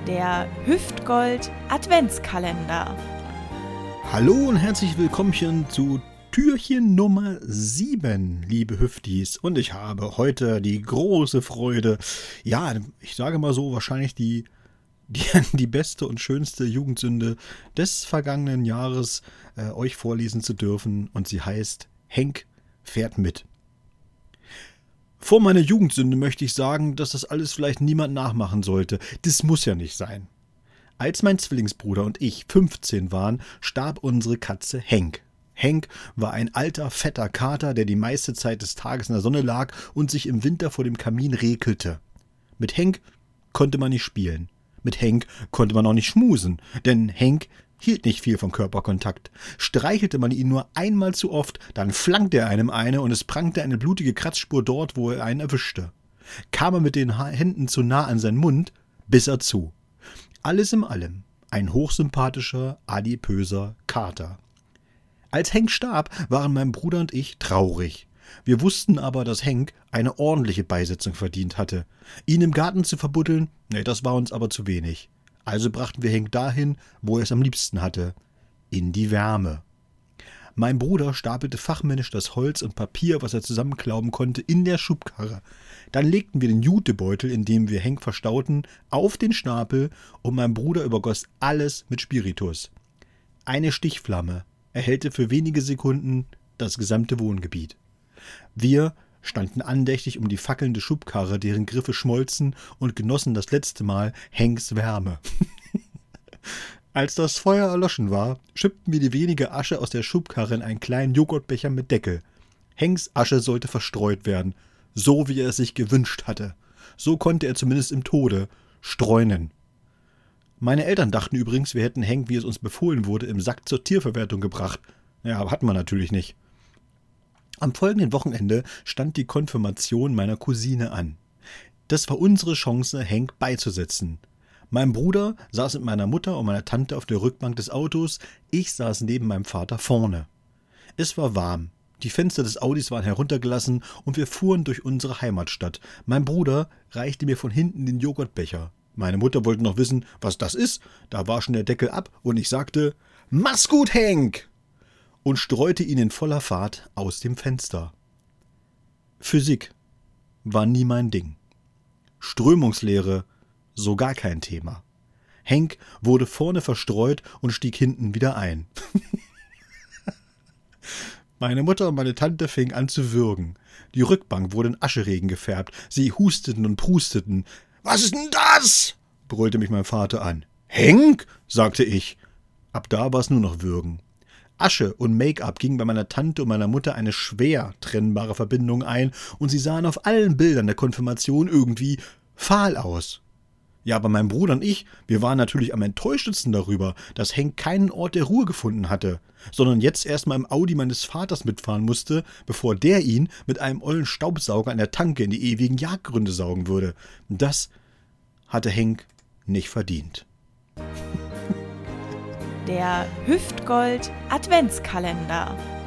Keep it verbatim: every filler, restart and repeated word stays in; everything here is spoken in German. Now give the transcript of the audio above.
Der Hüftgold Adventskalender. Hallo und herzlich willkommen zu Türchen Nummer sieben, liebe Hüftis. Und ich habe heute die große Freude, ja, ich sage mal so, wahrscheinlich die, die, die beste und schönste Jugendsünde des vergangenen Jahres äh, euch vorlesen zu dürfen. Und sie heißt Henk fährt mit. Vor meiner Jugendsünde möchte ich sagen, dass das alles vielleicht niemand nachmachen sollte. Das muss ja nicht sein. Als mein Zwillingsbruder und ich fünfzehn waren, starb unsere Katze Henk. Henk war ein alter, fetter Kater, der die meiste Zeit des Tages in der Sonne lag und sich im Winter vor dem Kamin räkelte. Mit Henk konnte man nicht spielen. Mit Henk konnte man auch nicht schmusen, denn Henk hielt nicht viel von Körperkontakt. Streichelte man ihn nur einmal zu oft, dann flankte er einem eine und es prangte eine blutige Kratzspur dort, wo er einen erwischte. Kam er mit den Händen zu nah an seinen Mund, biss er zu. Alles in allem ein hochsympathischer, adipöser Kater. Als Henk starb, waren mein Bruder und ich traurig. Wir wussten aber, dass Henk eine ordentliche Beisetzung verdient hatte. Ihn im Garten zu verbuddeln, nee, das war uns aber zu wenig. Also brachten wir Henk dahin, wo er es am liebsten hatte, in die Wärme. Mein Bruder stapelte fachmännisch das Holz und Papier, was er zusammenklauben konnte, in der Schubkarre. Dann legten wir den Jutebeutel, in dem wir Henk verstauten, auf den Stapel und mein Bruder übergoss alles mit Spiritus. Eine Stichflamme erhellte für wenige Sekunden das gesamte Wohngebiet. Wir standen andächtig um die fackelnde Schubkarre, deren Griffe schmolzen, und genossen das letzte Mal Henks Wärme. Als das Feuer erloschen war, schippten wir die wenige Asche aus der Schubkarre in einen kleinen Joghurtbecher mit Deckel. Henks Asche sollte verstreut werden, so wie er es sich gewünscht hatte. So konnte er zumindest im Tode streunen. Meine Eltern dachten übrigens, wir hätten Henk, wie es uns befohlen wurde, im Sack zur Tierverwertung gebracht. Ja, aber hatten wir natürlich nicht. Am folgenden Wochenende stand die Konfirmation meiner Cousine an. Das war unsere Chance, Henk beizusetzen. Mein Bruder saß mit meiner Mutter und meiner Tante auf der Rückbank des Autos, ich saß neben meinem Vater vorne. Es war warm, die Fenster des Audis waren heruntergelassen und wir fuhren durch unsere Heimatstadt. Mein Bruder reichte mir von hinten den Joghurtbecher. Meine Mutter wollte noch wissen, was das ist, da war schon der Deckel ab und ich sagte, »Mach's gut, Henk!« und streute ihn in voller Fahrt aus dem Fenster. Physik war nie mein Ding. Strömungslehre so gar kein Thema. Henk wurde vorne verstreut und stieg hinten wieder ein. Meine Mutter und meine Tante fingen an zu würgen. Die Rückbank wurde in Ascheregen gefärbt. Sie husteten und prusteten. »Was ist denn das?« brüllte mich mein Vater an. »Henk«, sagte ich. Ab da war es nur noch Würgen. Asche und Make-up gingen bei meiner Tante und meiner Mutter eine schwer trennbare Verbindung ein und sie sahen auf allen Bildern der Konfirmation irgendwie fahl aus. Ja, aber mein Bruder und ich, wir waren natürlich am enttäuschtesten darüber, dass Henk keinen Ort der Ruhe gefunden hatte, sondern jetzt erstmal im Audi meines Vaters mitfahren musste, bevor der ihn mit einem ollen Staubsauger an der Tanke in die ewigen Jagdgründe saugen würde. Das hatte Henk nicht verdient. Der Hüftgold Adventskalender.